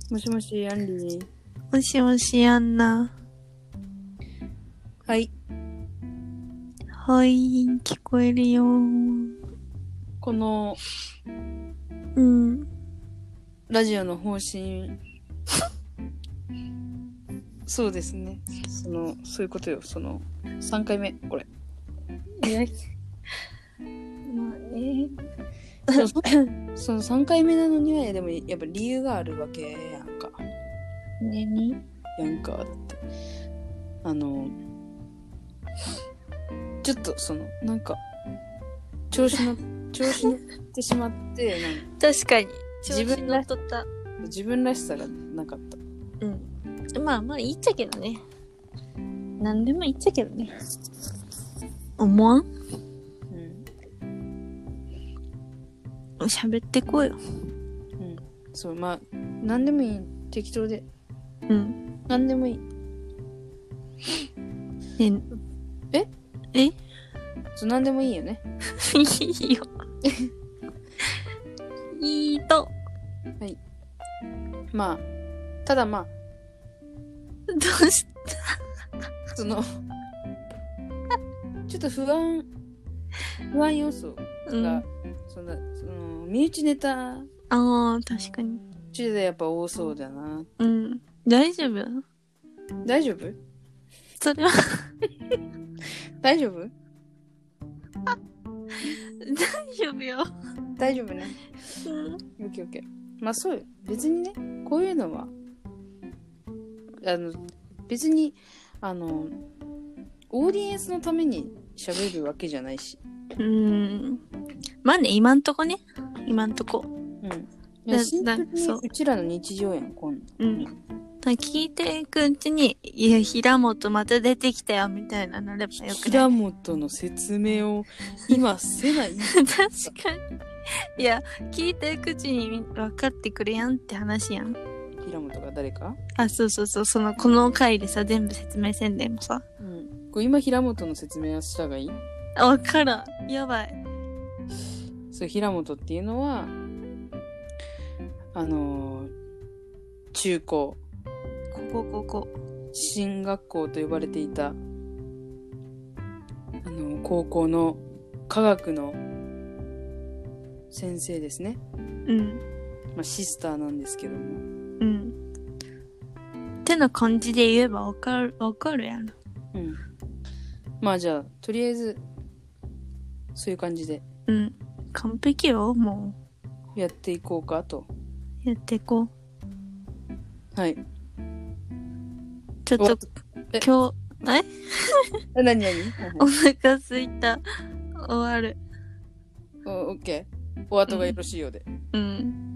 もしもし、アンリー。 もしもし、アンナ。 はい。 はい、聞こえるよ。 この、ラジオの方針、そうですね。そういうことよ。3回目、これ。 いや、まあね。 その3回目なのには、でもやっぱ理由があるわけやんか。 何やんかって。ちょっとなんか、調子乗ってしまって、 確かに。 自分乗っとった。 自分らしさがなかった。 まあいいっちゃけどね。なんでもいいっちゃけどね。思わん？喋ってこいよ。 そう、まあ、なんでもいい。適当で。なんでもいい。なんでもいいよね。 いいよ。いいと。 はい。まあ、ただまあ、 どうしたちょっと不安要素が、身内ネタ、 ああ、確かに。 中でやっぱ多そうだな。 大丈夫？ 大丈夫？ それは大丈夫？ 大丈夫よ。 大丈夫ね。オッケーオッケー。まあそうよ。別にね、こういうのは、別に、オーディエンスのために喋るわけじゃないし。 まあね、今んとこ。 シンプルにうちらの日常やん、こんな。 聞いていくうちに、いや、平本また出てきたよ、みたいななればよくない？ 平本の説明を今せない。 確かに。いや、聞いていくうちに分かってくるやんって話やん。 平本が誰か？ あ、そう。この回でさ、全部説明せんでもさ。 これ今平本の説明はした方がいい？ わからん。やばい。 平本っていうのは、中高。 ここ。 進学校と呼ばれていた、高校の科学の先生ですね。まあ、シスターなんですけども。 ってな感じで言えばわかるやろ。 まあじゃあ、とりあえず、そういう感じで。 完璧よ、もう。やっていこうかと。 やっていこう。はい。 ちょっと、今日、 何お腹すいた。終わる。 オッケー。お後がよろしいようで。